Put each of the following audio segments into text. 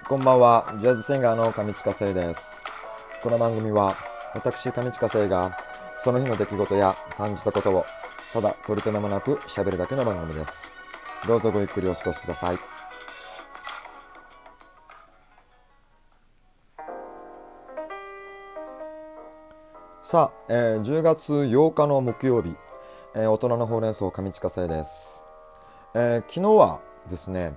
こんばんは、ジャズシンガーの上地下生です。この番組は私上地下生がその日の出来事や感じたことをただ取り留めもなく喋るだけの番組です。どうぞごゆっくりお過ごしください。さあ、10月8日の木曜日、大人のほうれん草上地下生です。昨日はですね、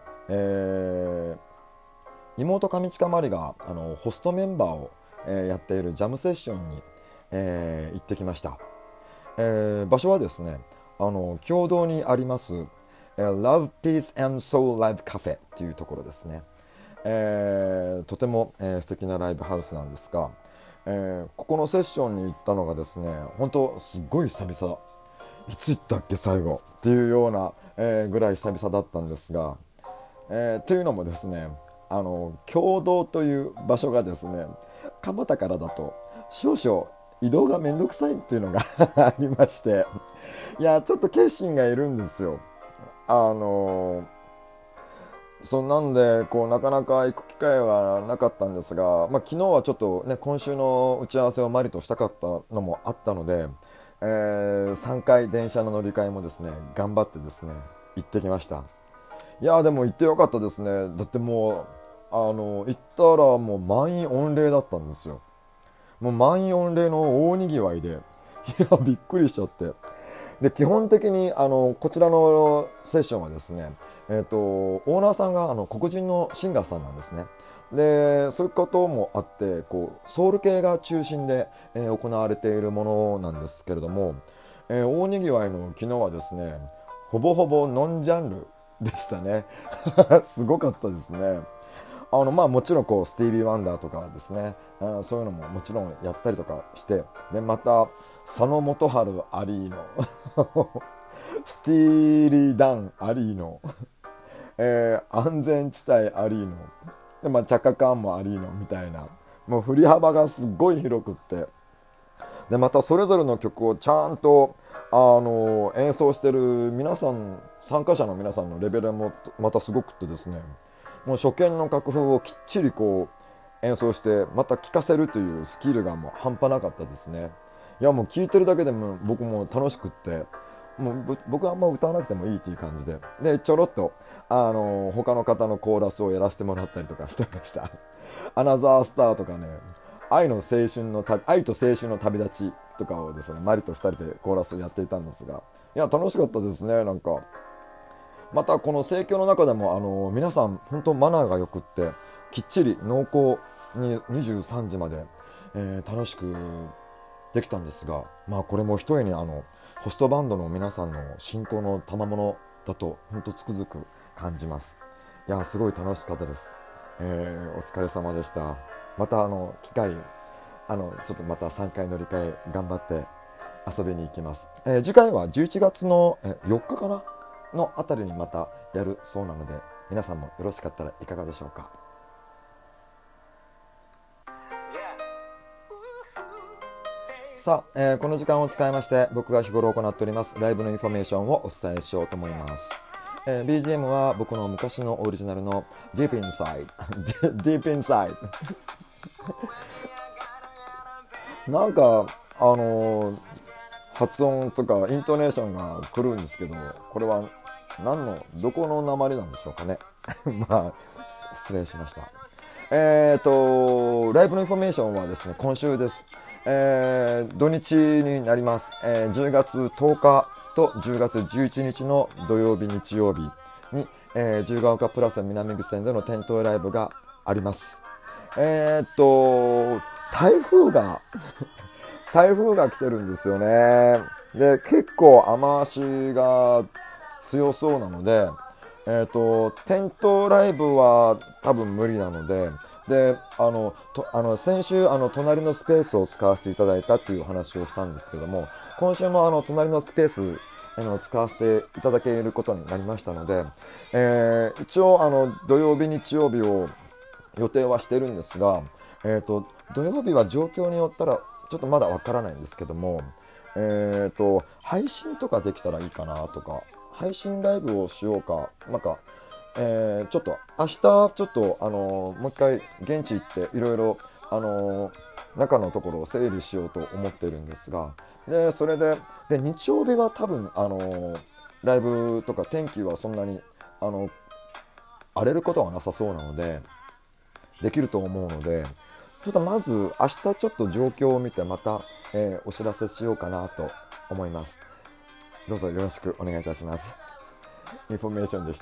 妹上近まりがホストメンバーを、やっているジャムセッションに、行ってきました。場所はですね、共同にあります、Love Peace and Soul Live Cafe というところですね。とても、素敵なライブハウスなんですが、ここのセッションに行ったのがですね、本当すっごい久々、いつ行ったっけ最後っていうような、ぐらい久々だったんですが、というのもですね、共同という場所がですね、蒲田からだと少々移動がめんどくさいっていうのがありまして、いやちょっと決心がいるんですよ。なんでこうなかなか行く機会はなかったんですが、昨日はちょっとね、今週の打ち合わせをマリとしたかったのもあったので、3回電車の乗り換えもですね頑張ってですね行ってきました。いやでも行ってよかったですね。だってもう行ったらもう満員御礼だったんですよ。もう満員御礼の大にぎわいで、いやびっくりしちゃって。で基本的にこちらのセッションはですね、オーナーさんが黒人のシンガーさんなんですね。でそういうこともあってこうソウル系が中心で、行われているものなんですけれども、大にぎわいの昨日はですね、ほぼほぼノンジャンルでしたね。すごかったですね。もちろんこうスティービー・ワンダーとかですね、そういうのももちろんやったりとかして、でまた佐野元春アリーノスティーリー・ダンアリーノ、安全地帯アリーノで、チャカカンもアリーノみたいな、もう振り幅がすっごい広くって、でまたそれぞれの曲をちゃんと演奏してる皆さん、参加者の皆さんのレベルもまたすごくってですね、もう初見の楽譜をきっちりこう演奏してまた聴かせるというスキルがもう半端なかったですね。いやもう聴いてるだけでも僕も楽しくって、もう僕はあんま歌わなくてもいいっていう感じでちょろっと他の方のコーラスをやらせてもらったりとかしてました。アナザースターとかね、愛と青春の旅立ちとかをですね、マリと2人でコーラスをやっていたんですが、いや楽しかったですね。なんかまたこの盛況の中でも皆さん本当マナーがよくって、きっちり濃厚に23時まで、楽しくできたんですが、これも一重にホストバンドの皆さんの信仰の賜物だと本当つくづく感じます。いやすごい楽しかったです。お疲れ様でした。また機会ちょっとまた3回乗り換え頑張って遊びに行きます。次回は11月の4日かなのあたりにまたやるそうなので、皆さんもよろしかったらいかがでしょうか。さあ、この時間を使いまして僕が日頃行っておりますライブのインフォメーションをお伝えしようと思います。BGM は僕の昔のオリジナルの Deep Inside Deep Inside なんか発音とかイントネーションが来るんですけど、これはどこの訛りなんでしょうかね。失礼しました。ライブのインフォメーションはですね、今週です。土日になります。10月10日と10月11日の土曜日日曜日に、自由が丘プラス南口店での店頭ライブがあります。台風が台風が来てるんですよね。で結構雨足が強そうなので、店頭ライブは多分無理なので、先週隣のスペースを使わせていただいたっていう話をしたんですけども、今週も隣のスペース使わせていただけることになりましたので、一応土曜日日曜日を予定はしてるんですが、土曜日は状況によったらちょっとまだわからないんですけども、配信とかできたらいいかなとか、配信ライブをしようか、 ちょっと明日ちょっともう一回現地行っていろいろ中のところを整理しようと思っているんですが、でそれで日曜日は多分ライブとか天気はそんなに荒れることはなさそうなのでできると思うので、ちょっとまず明日ちょっと状況を見てまた、お知らせしようかなと思います。どうぞよろしくお願いいたします。インフォメーションでした。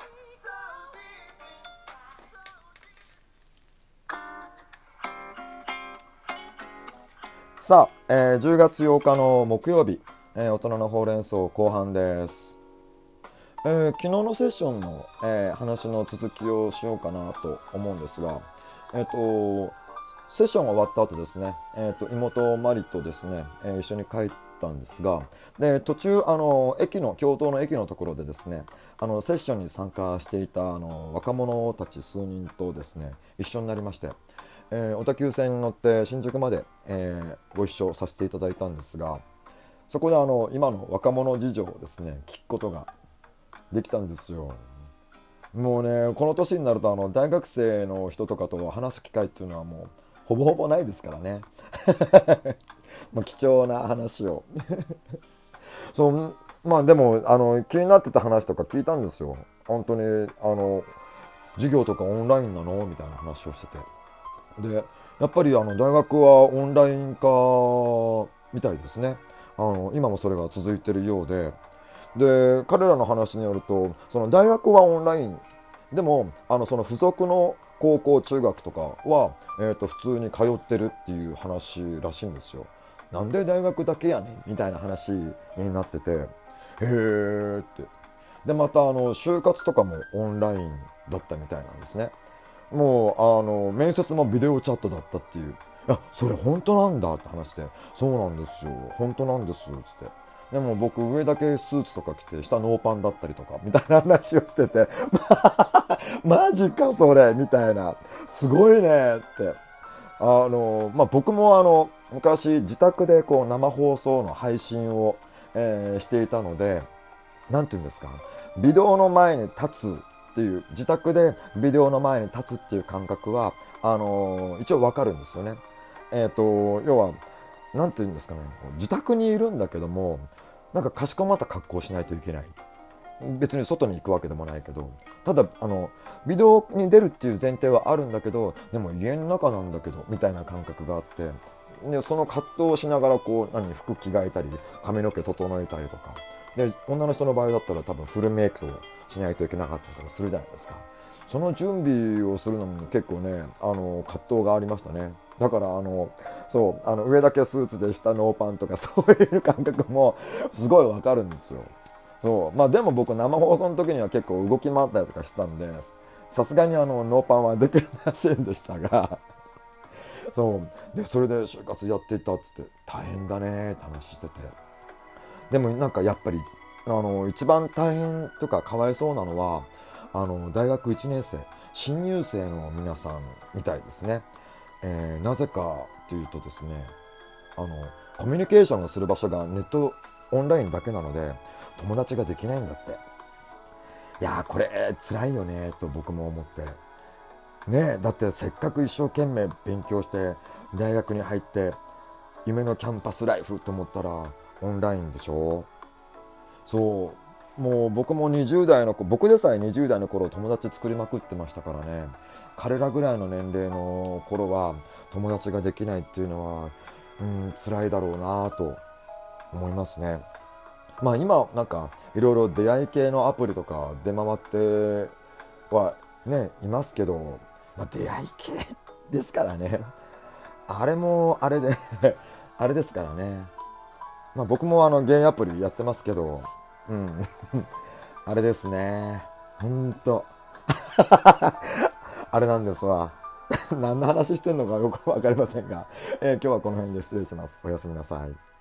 さあ、10月8日の木曜日、大人のほうれん草後半です。昨日のセッションの、話の続きをしようかなと思うんですが、セッションが終わった後ですね、妹マリとですね、一緒に帰ったんですが、で途中京都の駅のところでですね、セッションに参加していた若者たち数人とですね一緒になりまして、小田急線に乗って新宿まで、ご一緒させていただいたんですが、そこで今の若者事情をですね聞くことができたんですよ。もうね、この年になると大学生の人とかと話す機会っていうのはもうほぼほぼないですからね。まあ貴重な話をそうまあでも気になってた話とか聞いたんですよ。本当に授業とかオンラインなのみたいな話をしてて、でやっぱり大学はオンライン化みたいですね。今もそれが続いてるようで、彼らの話によると、その大学はオンラインでもその付属の高校中学とかは、普通に通ってるっていう話らしいんですよ。なんで大学だけやねんみたいな話になってて、へーって。でまた就活とかもオンラインだったみたいなんですね。もう面接もビデオチャットだったっていう。いやそれ本当なんだって話で、そうなんですよ本当なんですっつって、でも僕上だけスーツとか着て下ノーパンだったりとかみたいな話をしててマジかそれみたいな、すごいねって。僕も昔自宅でこう生放送の配信を、していたので、なんていうんですか、ビデオの前に立つっていう、自宅でビデオの前に立つっていう感覚は一応わかるんですよね。要はなんていうんですかね、自宅にいるんだけどもなんかかしこまった格好をしないといけない。別に外に行くわけでもないけど、ただビデオに出るっていう前提はあるんだけど、でも家の中なんだけどみたいな感覚があって、でその葛藤をしながらこう服着替えたり髪の毛整えたりとかで、女の人の場合だったら多分フルメイクをしないといけなかったりとかするじゃないですか。その準備をするのも結構ね葛藤がありましたね。だからそう上だけスーツで下ノーパンとかそういう感覚もすごいわかるんですよ。そうまあでも僕生放送の時には結構動き回ったりとかしてたんで、さすがにノーパンはできませんでしたがそうでそれで就活やっていたっつって大変だねって話してて、でもなんかやっぱり一番大変とかかわいそうなのは大学1年生新入生の皆さんみたいですね。なぜかというとですね、コミュニケーションをする場所がネットオンラインだけなので友達ができないんだって。いやーこれ辛いよねと僕も思ってね。だってせっかく一生懸命勉強して大学に入って夢のキャンパスライフと思ったらオンラインでしょ。そうもう僕も僕でさえ20代の頃友達作りまくってましたからね。彼らぐらいの年齢の頃は友達ができないっていうのは辛いだろうなと思いますね。まあ今なんかいろいろ出会い系のアプリとか出回ってはねいますけど、まあ、出会い系ですからね。あれもあれであれですからね。まあ僕もゲイアプリやってますけど、あれですね。ほんとあれなんですわ。何の話してんのかよくわかりませんが、今日はこの辺で失礼します。おやすみなさい。